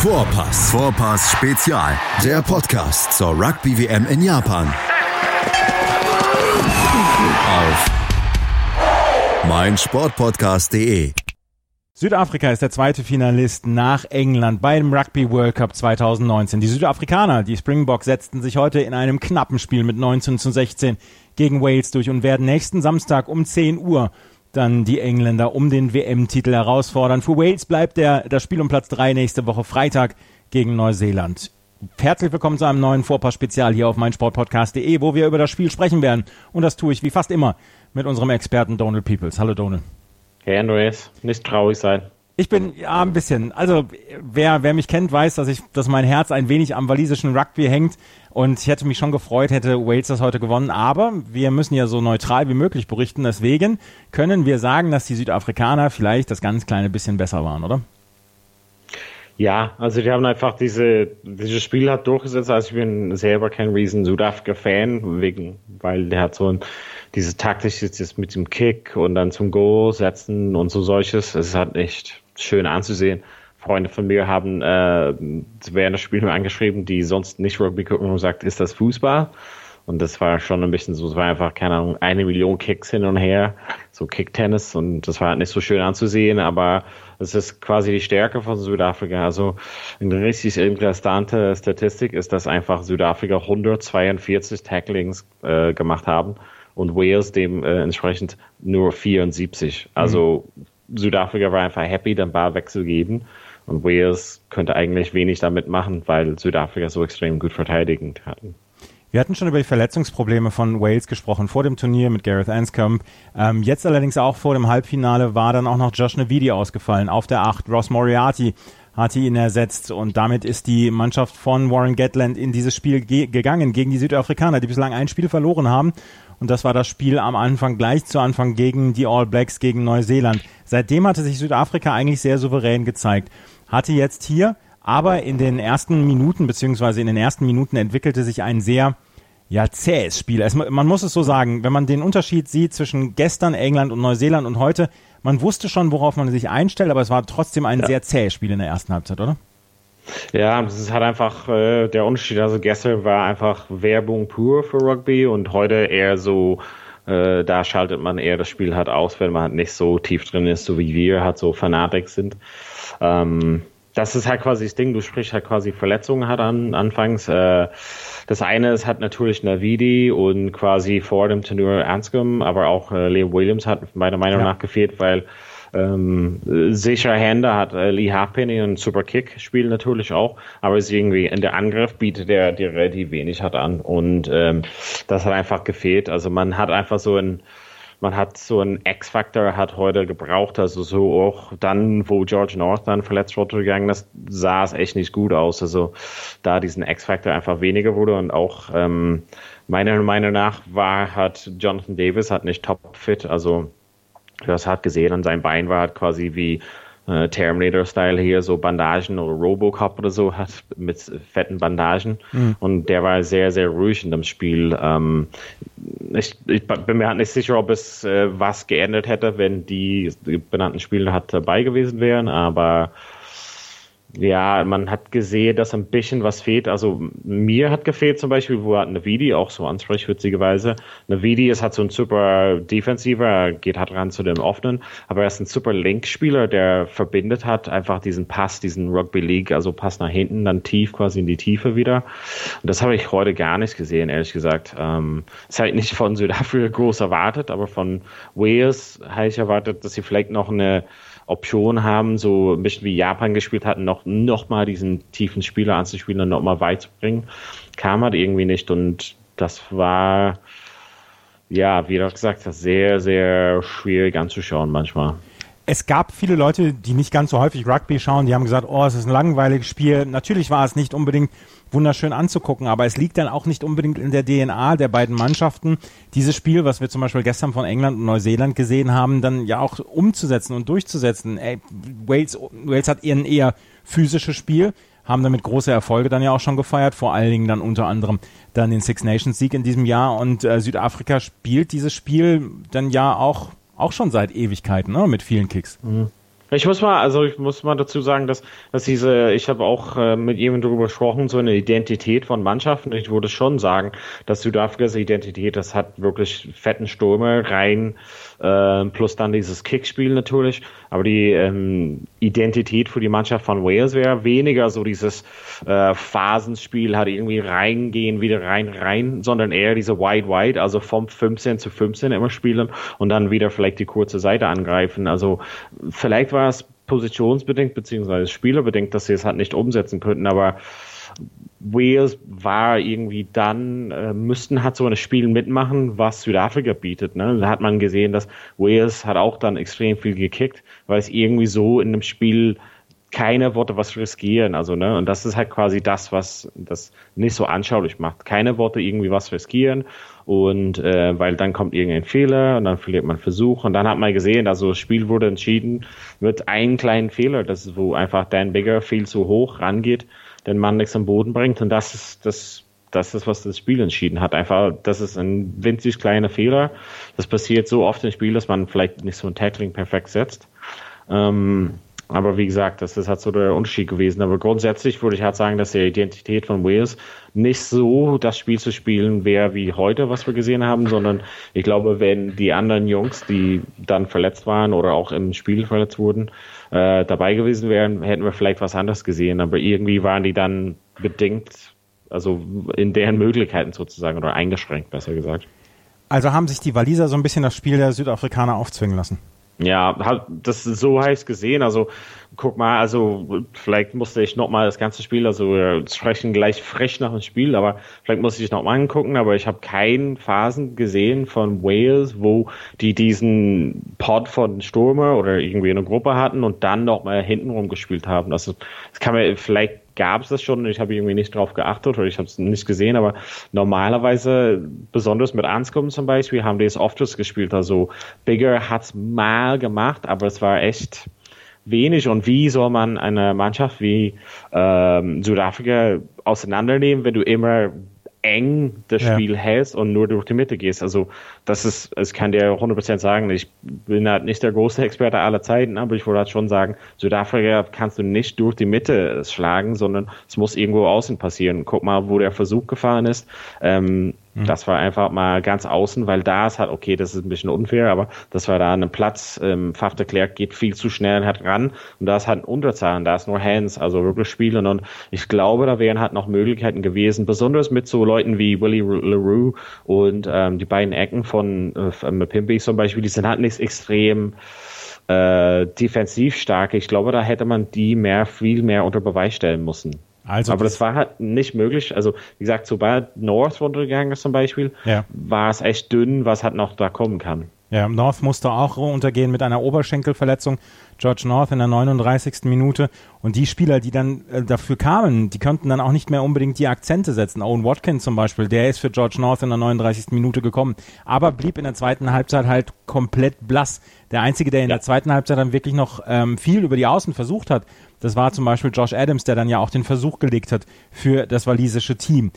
Vorpass Spezial. Der Podcast zur Rugby-WM in Japan. Auf meinsportpodcast.de. Südafrika ist der zweite Finalist nach England beim Rugby World Cup 2019. Die Südafrikaner, die Springboks, setzten sich heute in einem knappen Spiel mit 19:16 gegen Wales durch und werden nächsten Samstag um 10 Uhr dann die Engländer um den WM-Titel herausfordern. Für Wales bleibt das Spiel um Platz 3 nächste Woche Freitag gegen Neuseeland. Herzlich willkommen zu einem neuen Vorpass-Spezial hier auf meinsportpodcast.de, wo wir über das Spiel sprechen werden. Und das tue ich wie fast immer mit unserem Experten Donald Peoples. Hallo Donald. Hey Andreas, nicht traurig sein. Ich bin, ja, ein bisschen. Also, wer mich kennt, weiß, dass mein Herz ein wenig am walisischen Rugby hängt. Und ich hätte mich schon gefreut, hätte Wales das heute gewonnen. Aber wir müssen ja so neutral wie möglich berichten. Deswegen können wir sagen, dass die Südafrikaner vielleicht das ganz kleine bisschen besser waren, oder? Ja, also die haben einfach dieses Spiel hat durchgesetzt. Also ich bin selber kein riesen Südafrika-Fan, weil der hat so diese Taktik jetzt mit dem Kick und dann zum Goal setzen und so solches. Es ist halt echt schön anzusehen. Freunde von mir haben während des Spiels angeschrieben, die sonst nicht Rugby gucken und gesagt, ist das Fußball? Und das war schon ein bisschen so, es war einfach, keine Ahnung, 1 Million Kicks hin und her, so Kicktennis, und das war halt nicht so schön anzusehen, aber es ist quasi die Stärke von Südafrika. Also eine richtig interessante Statistik ist, dass einfach Südafrika 142 Tacklings gemacht haben und Wales entsprechend nur 74. Also Südafrika war einfach happy, den Ball wegzugeben, und Wales könnte eigentlich wenig damit machen, weil Südafrika so extrem gut verteidigend hatten. Wir hatten schon über die Verletzungsprobleme von Wales gesprochen vor dem Turnier mit Gareth Anscombe. Jetzt allerdings auch vor dem Halbfinale war dann auch noch Josh Navidi ausgefallen auf der 8. Ross Moriarty hatte ihn ersetzt und damit ist die Mannschaft von Warren Gatland in dieses Spiel gegangen gegen die Südafrikaner, die bislang ein Spiel verloren haben. Und das war das Spiel gleich zu Anfang gegen die All Blacks, gegen Neuseeland. Seitdem hatte sich Südafrika eigentlich sehr souverän gezeigt. Hatte jetzt hier aber in den ersten Minuten, entwickelte sich ein sehr zähes Spiel. Man muss es so sagen, wenn man den Unterschied sieht zwischen gestern England und Neuseeland und heute, man wusste schon, worauf man sich einstellt, aber es war trotzdem ein sehr zähes Spiel in der ersten Halbzeit, oder? Ja, das ist halt einfach der Unterschied. Also gestern war einfach Werbung pur für Rugby und heute eher so, da schaltet man eher das Spiel halt aus, wenn man halt nicht so tief drin ist, so wie wir halt so Fanatics sind. Das ist halt quasi das Ding, du sprichst halt quasi Verletzungen halt anfangs. Das eine ist halt natürlich Navidi und quasi vor dem Turnier Anscombe, aber auch Liam Williams hat meiner Meinung nach gefehlt, weil sicher Hände hat Lee Halfpenny und Super Kick spielen natürlich auch, aber es ist irgendwie in der Angriff bietet der dir relativ wenig halt an und das hat einfach gefehlt. Also man hat so einen X-Factor hat heute gebraucht, also so auch dann, wo George North dann verletzt gegangen ist, sah es echt nicht gut aus. Also da diesen X-Factor einfach weniger wurde und auch meiner Meinung nach hat Jonathan Davis nicht topfit, also du hast halt gesehen, an seinem Bein war quasi wie Terminator-Style hier, so Bandagen oder Robocop oder so, hat mit fetten Bandagen. Und der war sehr, sehr ruhig in dem Spiel. Ich bin mir halt nicht sicher, ob es was geändert hätte, wenn die benannten Spieler dabei gewesen wären, aber ja, man hat gesehen, dass ein bisschen was fehlt. Also mir hat gefehlt zum Beispiel, wo Navidi auch so anspricht, witzigerweise. Navidi ist halt so ein super Defensiver, er geht halt ran zu dem Offenen, aber er ist ein super Linkspieler, der verbindet hat einfach diesen Pass, diesen Rugby League, also Pass nach hinten, dann tief quasi in die Tiefe wieder. Und das habe ich heute gar nicht gesehen, ehrlich gesagt. Das habe ich nicht von Südafrika groß erwartet, aber von Wales habe ich erwartet, dass sie vielleicht noch eine Option haben, so ein bisschen wie Japan gespielt hatten, noch mal diesen tiefen Spieler anzuspielen und noch mal weit zu bringen. Kam halt irgendwie nicht und das war, ja, wie du gesagt hast, sehr, sehr schwierig anzuschauen manchmal. Es gab viele Leute, die nicht ganz so häufig Rugby schauen, die haben gesagt, es ist ein langweiliges Spiel. Natürlich war es nicht unbedingt wunderschön anzugucken, aber es liegt dann auch nicht unbedingt in der DNA der beiden Mannschaften, dieses Spiel, was wir zum Beispiel gestern von England und Neuseeland gesehen haben, dann ja auch umzusetzen und durchzusetzen. Wales hat ein eher physisches Spiel, haben damit große Erfolge dann ja auch schon gefeiert, vor allen Dingen dann unter anderem dann den Six Nations Sieg in diesem Jahr, und Südafrika spielt dieses Spiel dann ja auch schon seit Ewigkeiten, ne? Mit vielen Kicks. Ich muss mal dazu sagen, dass ich habe auch mit jemandem darüber gesprochen, so eine Identität von Mannschaften. Ich würde schon sagen, dass Südafrikas Identität, das hat wirklich fetten Stürmer rein, plus dann dieses Kickspiel natürlich. Aber die Identität für die Mannschaft von Wales wäre weniger so dieses Phasenspiel, hat irgendwie reingehen, wieder rein, sondern eher diese Wide, also vom 15 zu 15 immer spielen und dann wieder vielleicht die kurze Seite angreifen. Also vielleicht war es positionsbedingt beziehungsweise spielerbedingt, dass sie es halt nicht umsetzen könnten, aber Wales war irgendwie dann, müssten halt so ein Spiel mitmachen, was Südafrika bietet. Ne? Da hat man gesehen, dass Wales hat auch dann extrem viel gekickt, weil es irgendwie so in einem Spiel keine Worte was riskieren, also ne, und das ist halt quasi das, was das nicht so anschaulich macht. Keine Worte irgendwie was riskieren und weil dann kommt irgendein Fehler und dann verliert man Versuch und dann hat man gesehen, also das Spiel wurde entschieden mit einem kleinen Fehler, das ist, wo einfach Dan Biggar viel zu hoch rangeht, den Mann nichts am Boden bringt und das ist, was das Spiel entschieden hat. Einfach, das ist ein winzig kleiner Fehler. Das passiert so oft im Spiel, dass man vielleicht nicht so ein Tackling perfekt setzt. Aber wie gesagt, das ist halt so der Unterschied gewesen. Aber grundsätzlich würde ich halt sagen, dass die Identität von Wales nicht so das Spiel zu spielen wäre wie heute, was wir gesehen haben, sondern ich glaube, wenn die anderen Jungs, die dann verletzt waren oder auch im Spiel verletzt wurden, dabei gewesen wären, hätten wir vielleicht was anderes gesehen. Aber irgendwie waren die dann bedingt, also in deren Möglichkeiten sozusagen oder eingeschränkt, besser gesagt. Also haben sich die Waliser so ein bisschen das Spiel der Südafrikaner aufzwingen lassen? Ja, halt, das ist so heiß gesehen. Also, guck mal, also, vielleicht musste ich nochmal das ganze Spiel, also, wir sprechen gleich frech nach dem Spiel, aber vielleicht muss ich nochmal angucken, aber ich habe keine Phasen gesehen von Wales, wo die diesen Pod von Stürmer oder irgendwie eine Gruppe hatten und dann nochmal hintenrum gespielt haben. Also, das kann man, vielleicht gab es das schon, ich habe irgendwie nicht drauf geachtet oder ich habe es nicht gesehen, aber normalerweise, besonders mit Anscombe zum Beispiel, haben die es oft gespielt. Also Biggar hat es mal gemacht, aber es war echt wenig. Und wie soll man eine Mannschaft wie Südafrika auseinandernehmen, wenn du immer eng das Spiel hältst und nur durch die Mitte gehst? Also ich kann dir 100% sagen, ich bin halt nicht der große Experte aller Zeiten, aber ich würde halt schon sagen, Südafrika kannst du nicht durch die Mitte schlagen, sondern es muss irgendwo außen passieren. Guck mal, wo der Versuch gefahren ist. Das war einfach mal ganz außen, weil da ist halt, okay, das ist ein bisschen unfair, aber das war da ein Platz, Faf de Klerk geht viel zu schnell halt ran und da ist halt ein Unterzahl, da ist nur Hands, also wirklich spielen und ich glaube, da wären halt noch Möglichkeiten gewesen, besonders mit so Leuten wie Willie LaRue und die beiden Ecken von Mapimpi zum Beispiel, die sind halt nicht extrem defensiv stark. Ich glaube, da hätte man die viel mehr unter Beweis stellen müssen. Also aber das war halt nicht möglich. Also wie gesagt, sobald North runtergegangen ist zum Beispiel, war es echt dünn, was halt noch da kommen kann. Ja, North musste auch untergehen mit einer Oberschenkelverletzung. George North in der 39. Minute. Und die Spieler, die dann dafür kamen, die könnten dann auch nicht mehr unbedingt die Akzente setzen. Owen Watkins zum Beispiel, der ist für George North in der 39. Minute gekommen, aber blieb in der zweiten Halbzeit halt komplett blass. Der Einzige, der in der zweiten Halbzeit dann wirklich noch viel über die Außen versucht hat, das war zum Beispiel Josh Adams, der dann ja auch den Versuch gelegt hat für das walisische Team.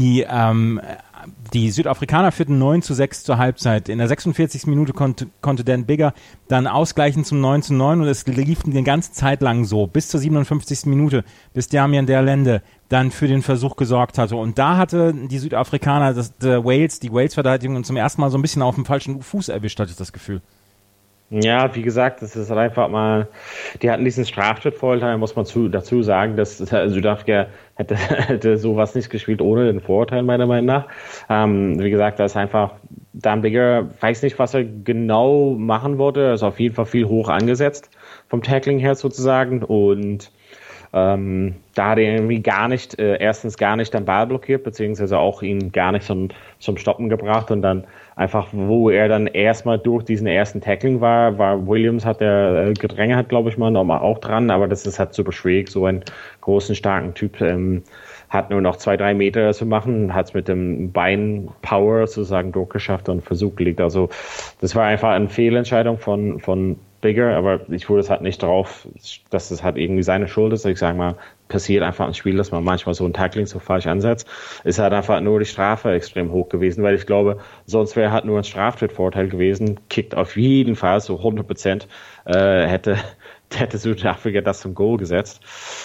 Die Südafrikaner führten 9:6 zur Halbzeit. In der 46. Minute konnte Dan Biggar dann ausgleichen zum 9:9 und es lief eine ganze Zeit lang so, bis zur 57. Minute, bis Damian Derlende dann für den Versuch gesorgt hatte. Und da hatte die Südafrikaner, die Wales-Verteidigung zum ersten Mal so ein bisschen auf dem falschen Fuß erwischt, hatte ich das Gefühl. Ja, wie gesagt, das ist einfach mal, die hatten diesen Straftrittvorteil, muss man dazu sagen, dass Südafrika hätte sowas nicht gespielt ohne den Vorurteil, meiner Meinung nach. Wie gesagt, da ist einfach, Dan Biggar, weiß nicht, was er genau machen wollte, er ist auf jeden Fall viel hoch angesetzt, vom Tackling her sozusagen, und da hat er irgendwie erstens gar nicht den Ball blockiert, beziehungsweise auch ihn gar nicht zum Stoppen gebracht und dann einfach, wo er dann erstmal durch diesen ersten Tackling war Williams, hat der Gedränge hat, glaube ich mal, nochmal auch dran, aber das ist halt super schwierig, so einen großen, starken Typ, hat nur noch 2-3 Meter zu machen, hat es mit dem Bein Power sozusagen durchgeschafft und Versuch gelegt, also das war einfach eine Fehlentscheidung von Biggar, aber ich wurde es halt nicht drauf, dass es halt irgendwie seine Schuld ist. Ich sage mal, passiert einfach im Spiel, dass man manchmal so ein Tackling so falsch ansetzt. Ist halt einfach nur die Strafe extrem hoch gewesen, weil ich glaube, sonst wäre halt nur ein Straftrittvorteil gewesen. Kickt auf jeden Fall so 100%. Hätte hätte Südafrika das zum Goal gesetzt.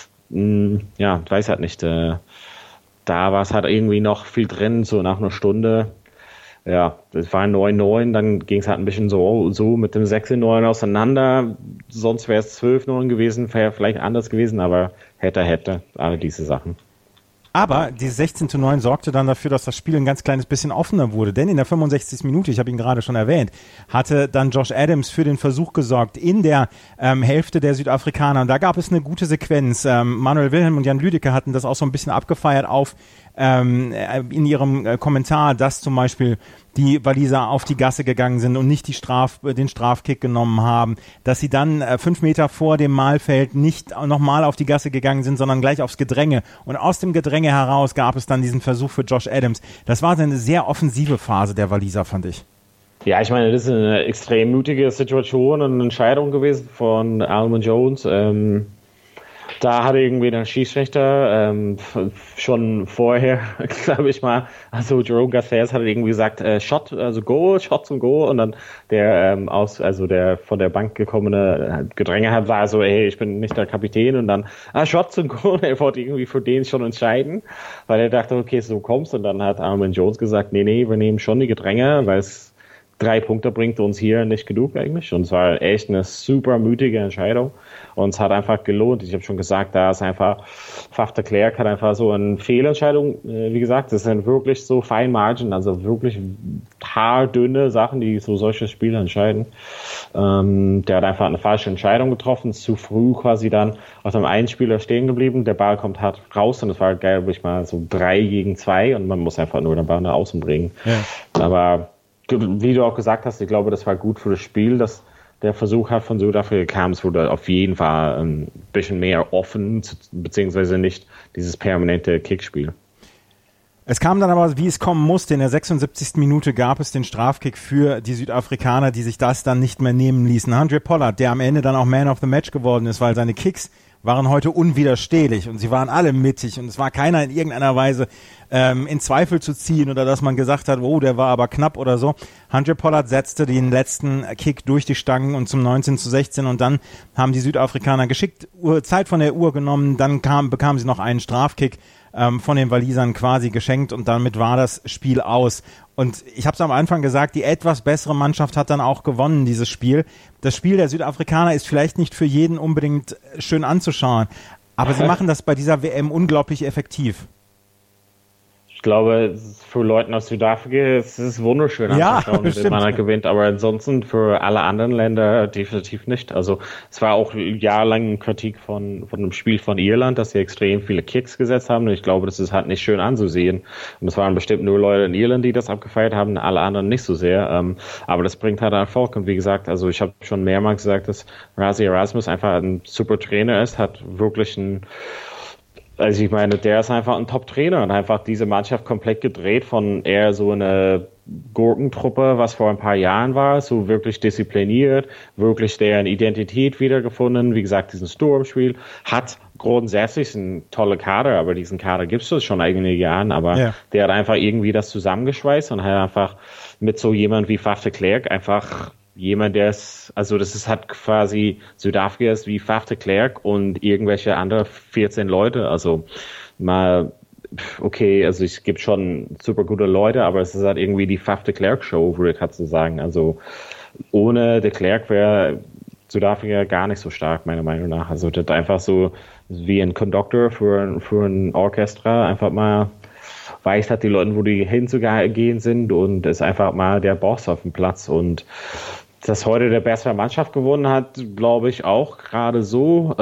Ja, weiß halt nicht. Da war es halt irgendwie noch viel drin, so nach einer Stunde. Ja, das war 9-9, dann ging es halt ein bisschen so mit dem 6-9 auseinander. Sonst wäre es 12-9 gewesen, wäre vielleicht anders gewesen, aber hätte, alle diese Sachen. Aber die 16:9 sorgte dann dafür, dass das Spiel ein ganz kleines bisschen offener wurde. Denn in der 65. Minute, ich habe ihn gerade schon erwähnt, hatte dann Josh Adams für den Versuch gesorgt in der Hälfte der Südafrikaner. Und da gab es eine gute Sequenz. Manuel Wilhelm und Jan Lüdecke hatten das auch so ein bisschen abgefeiert in ihrem Kommentar, dass zum Beispiel die Waliser auf die Gasse gegangen sind und nicht den Strafkick genommen haben, dass sie dann 5 Meter vor dem Mahlfeld nicht nochmal auf die Gasse gegangen sind, sondern gleich aufs Gedränge. Und aus dem Gedränge heraus gab es dann diesen Versuch für Josh Adams. Das war eine sehr offensive Phase der Waliser, fand ich. Ja, ich meine, das ist eine extrem mutige Situation und eine Entscheidung gewesen von Almond Jones. Da hatte irgendwie der Schiedsrichter schon vorher, glaube ich mal, also Jerome Garces hat irgendwie gesagt, Shot zum Go, und dann der der von der Bank gekommene Gedränge hat, war so, hey, ich bin nicht der Kapitän, und dann Shot zum Go, und er wollte irgendwie für den schon entscheiden, weil er dachte, okay, so kommst, und dann hat Almond Jones gesagt, nee, wir nehmen schon die Gedränge, weil es 3 Punkte bringt uns hier nicht genug eigentlich. Und es war echt eine super mutige Entscheidung. Und es hat einfach gelohnt. Ich habe schon gesagt, da ist einfach, Faf de Klerk hat einfach so eine Fehlentscheidung, wie gesagt, das sind wirklich so fine margin, also wirklich haardünne Sachen, die so solche Spiele entscheiden. Der hat einfach eine falsche Entscheidung getroffen, zu früh quasi dann auf dem einen Spieler stehen geblieben, der Ball kommt hart raus, und es war geil, ich mal so 3 gegen 2, und man muss einfach nur den Ball nach außen bringen. Ja. Aber wie du auch gesagt hast, ich glaube, das war gut für das Spiel, dass der Versuch hat von Südafrika kam. Es wurde auf jeden Fall ein bisschen mehr offen, beziehungsweise nicht dieses permanente Kickspiel. Es kam dann aber, wie es kommen musste. In der 76. Minute gab es den Strafkick für die Südafrikaner, die sich das dann nicht mehr nehmen ließen. Handré Pollard, der am Ende dann auch Man of the Match geworden ist, weil seine Kicks waren heute unwiderstehlich und sie waren alle mittig und es war keiner in irgendeiner Weise in Zweifel zu ziehen oder dass man gesagt hat, oh, der war aber knapp oder so. Handré Pollard setzte den letzten Kick durch die Stangen und zum 19:16 und dann haben die Südafrikaner geschickt Zeit von der Uhr genommen, dann bekamen sie noch einen Strafkick von den Walisern quasi geschenkt und damit war das Spiel aus. Und ich habe es am Anfang gesagt, die etwas bessere Mannschaft hat dann auch gewonnen, dieses Spiel. Das Spiel der Südafrikaner ist vielleicht nicht für jeden unbedingt schön anzuschauen, aber sie machen das bei dieser WM unglaublich effektiv. Ich glaube, für Leute aus Südafrika ist es wunderschön anzuschauen, wenn man gewinnt, aber ansonsten für alle anderen Länder definitiv nicht. Also es war auch jahrelang Kritik von dem Spiel von Irland, dass sie extrem viele Kicks gesetzt haben, und ich glaube, das ist halt nicht schön anzusehen. Und es waren bestimmt nur Leute in Irland, die das abgefeiert haben, alle anderen nicht so sehr. Aber das bringt halt Erfolg, und wie gesagt, also ich habe schon mehrmals gesagt, dass Rassie Erasmus einfach ein super Trainer ist, hat wirklich also ich meine, der ist einfach ein Top-Trainer und einfach diese Mannschaft komplett gedreht von eher so eine Gurkentruppe, was vor ein paar Jahren war, so wirklich diszipliniert, wirklich deren Identität wiedergefunden. Wie gesagt, diesen Sturmspiel hat grundsätzlich einen tolle Kader, aber diesen Kader gibt es schon einige Jahren, aber der hat einfach irgendwie das zusammengeschweißt und hat einfach mit so jemand wie Faf de Klerk einfach jemand, der ist, also das ist halt quasi Südafrika ist wie Faf de Klerk und irgendwelche andere 14 Leute, also mal, okay, also es gibt schon super gute Leute, aber es ist halt irgendwie die Faf de Klerk Show, würde ich halt so sagen, also ohne de Klerk wäre Südafrika gar nicht so stark, meiner Meinung nach, also das ist einfach so wie ein Conductor für ein Orchester, einfach mal weiß hat die Leute, wo die hinzugehen sind und ist einfach mal der Boss auf dem Platz, und dass heute der bessere Mannschaft gewonnen hat, glaube ich auch gerade so.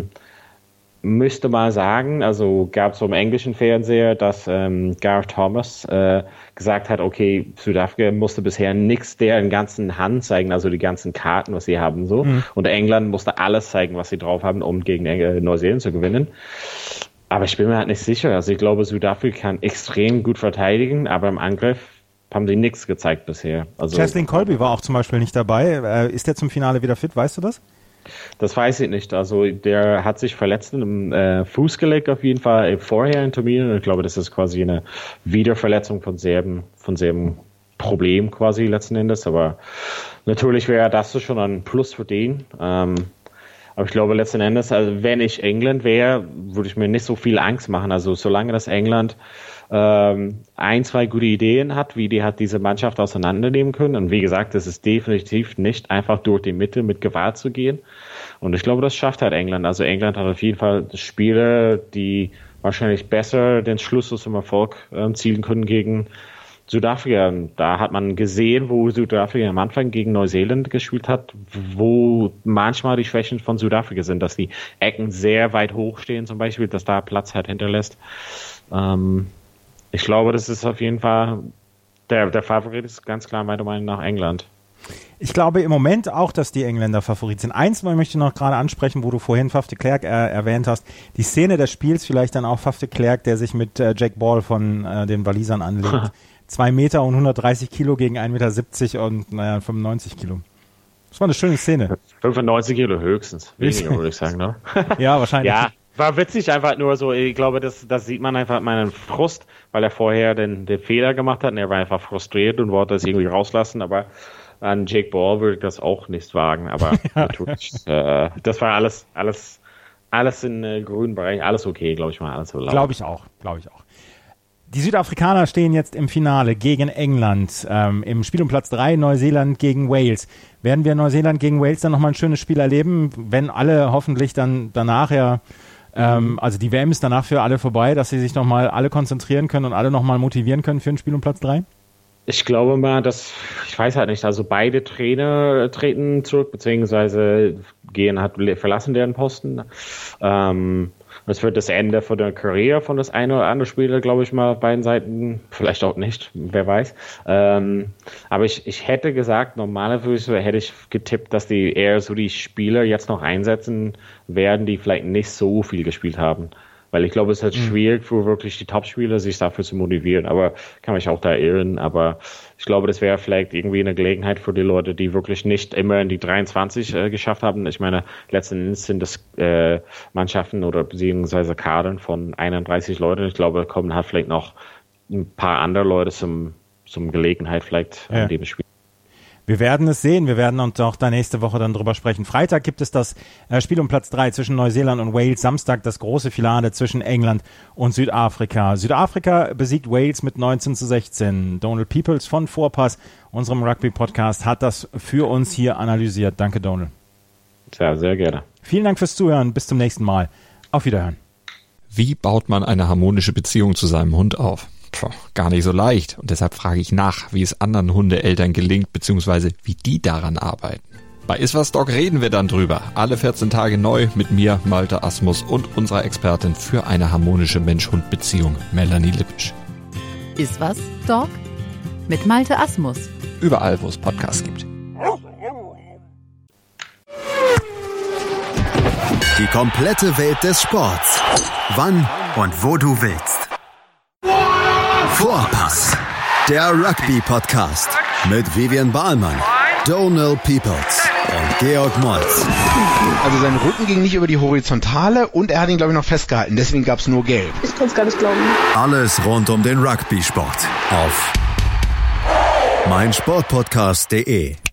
Müsste mal sagen, also gab es so im englischen Fernseher, dass Gareth Thomas gesagt hat, okay, Südafrika musste bisher nichts deren ganzen Hand zeigen, also die ganzen Karten, was sie haben, so. Und England musste alles zeigen, was sie drauf haben, um gegen Neuseeland zu gewinnen. Aber ich bin mir halt nicht sicher. Also ich glaube, Südafrika kann extrem gut verteidigen, aber im Angriff haben sie nichts gezeigt bisher. Also Cheslin Kolbe war auch zum Beispiel nicht dabei. Ist der zum Finale wieder fit? Weißt du das? Das weiß ich nicht. Also der hat sich verletzt im Fußgelenk auf jeden Fall vorher in Turnieren. Ich glaube, das ist quasi eine Wiederverletzung von selben Problem quasi letzten Endes. Aber natürlich wäre das schon ein Plus für den. Aber ich glaube letzten Endes, also wenn ich England wäre, würde ich mir nicht so viel Angst machen. Also solange das England ein, zwei gute Ideen hat, wie die hat diese Mannschaft auseinandernehmen können. Und wie gesagt, es ist definitiv nicht einfach durch die Mitte mit Gewalt zu gehen. Und ich glaube, das schafft halt England. Also England hat auf jeden Fall Spieler, die wahrscheinlich besser den Schluss zum Erfolg zielen können gegen Südafrika. Da hat man gesehen, wo Südafrika am Anfang gegen Neuseeland gespielt hat, wo manchmal die Schwächen von Südafrika sind, dass die Ecken sehr weit hoch stehen zum Beispiel, dass da Platz halt hinterlässt. Ich glaube, das ist auf jeden Fall, der Favorit ist ganz klar meiner Meinung nach England. Ich glaube im Moment auch, dass die Engländer Favorit sind. Eins möchte ich noch gerade ansprechen, wo du vorhin Faf de Klerk erwähnt hast. Die Szene des Spiels, vielleicht dann auch Faf de Klerk, der sich mit Jack Ball von den Walisern anlegt. 2 Meter und 130 Kilo gegen 1,70 Meter und 95 Kilo. Das war eine schöne Szene. 95 Kilo höchstens. Weniger, würde ich sagen, ne? Ja, wahrscheinlich. Ja. War witzig, einfach nur so, ich glaube, das sieht man einfach meinen Frust, weil er vorher den Fehler gemacht hat und er war einfach frustriert und wollte es irgendwie rauslassen, aber an Jake Ball würde ich das auch nicht wagen, aber natürlich, das war alles in grünen Bereich, alles okay, glaube ich mal, alles so laut. Glaube ich auch. Die Südafrikaner stehen jetzt im Finale gegen England, im Spiel um Platz 3 Neuseeland gegen Wales. Werden wir Neuseeland gegen Wales dann nochmal ein schönes Spiel erleben, wenn alle hoffentlich dann danach also die WM ist danach für alle vorbei, dass sie sich nochmal alle konzentrieren können und alle nochmal motivieren können für ein Spiel um Platz 3? Ich glaube mal, ich weiß halt nicht, also beide Trainer treten zurück, beziehungsweise verlassen deren Posten. Das wird das Ende von der Karriere von das eine oder andere Spieler, glaube ich mal, auf beiden Seiten. Vielleicht auch nicht, wer weiß. Aber ich hätte gesagt, normalerweise hätte ich getippt, dass die eher so die Spieler jetzt noch einsetzen werden, die vielleicht nicht so viel gespielt haben. Weil ich glaube, es ist halt schwierig für wirklich die Top-Spieler, sich dafür zu motivieren. Aber kann mich auch da irren. Aber ich glaube, das wäre vielleicht irgendwie eine Gelegenheit für die Leute, die wirklich nicht immer in die 23 geschafft haben. Ich meine, letzten Endes sind das Mannschaften oder beziehungsweise Kadern von 31 Leuten. Ich glaube, da kommen halt vielleicht noch ein paar andere Leute zum Gelegenheit vielleicht an dem Spiel. Wir werden es sehen. Wir werden uns auch da nächste Woche dann drüber sprechen. Freitag gibt es das Spiel um Platz 3 zwischen Neuseeland und Wales. Samstag das große Finale zwischen England und Südafrika. Südafrika besiegt Wales mit 19-16. Donald Peoples von Vorpass, unserem Rugby-Podcast, hat das für uns hier analysiert. Danke, Donald. Ja, sehr gerne. Vielen Dank fürs Zuhören. Bis zum nächsten Mal. Auf Wiederhören. Wie baut man eine harmonische Beziehung zu seinem Hund auf? Gar nicht so leicht. Und deshalb frage ich nach, wie es anderen Hundeeltern gelingt, beziehungsweise wie die daran arbeiten. Bei Iswas Dog reden wir dann drüber. Alle 14 Tage neu mit mir, Malte Asmus, und unserer Expertin für eine harmonische Mensch-Hund-Beziehung, Melanie Lippisch. Iswas Dog mit Malte Asmus. Überall, wo es Podcasts gibt. Die komplette Welt des Sports. Wann und wo du willst. Vorpass, der Rugby-Podcast mit Vivian Bahlmann, Donald Peoples und Georg Moltz. Also sein Rücken ging nicht über die Horizontale und er hat ihn, glaube ich, noch festgehalten. Deswegen gab es nur Gelb. Ich kann es gar nicht glauben. Alles rund um den Rugby-Sport auf meinsportpodcast.de.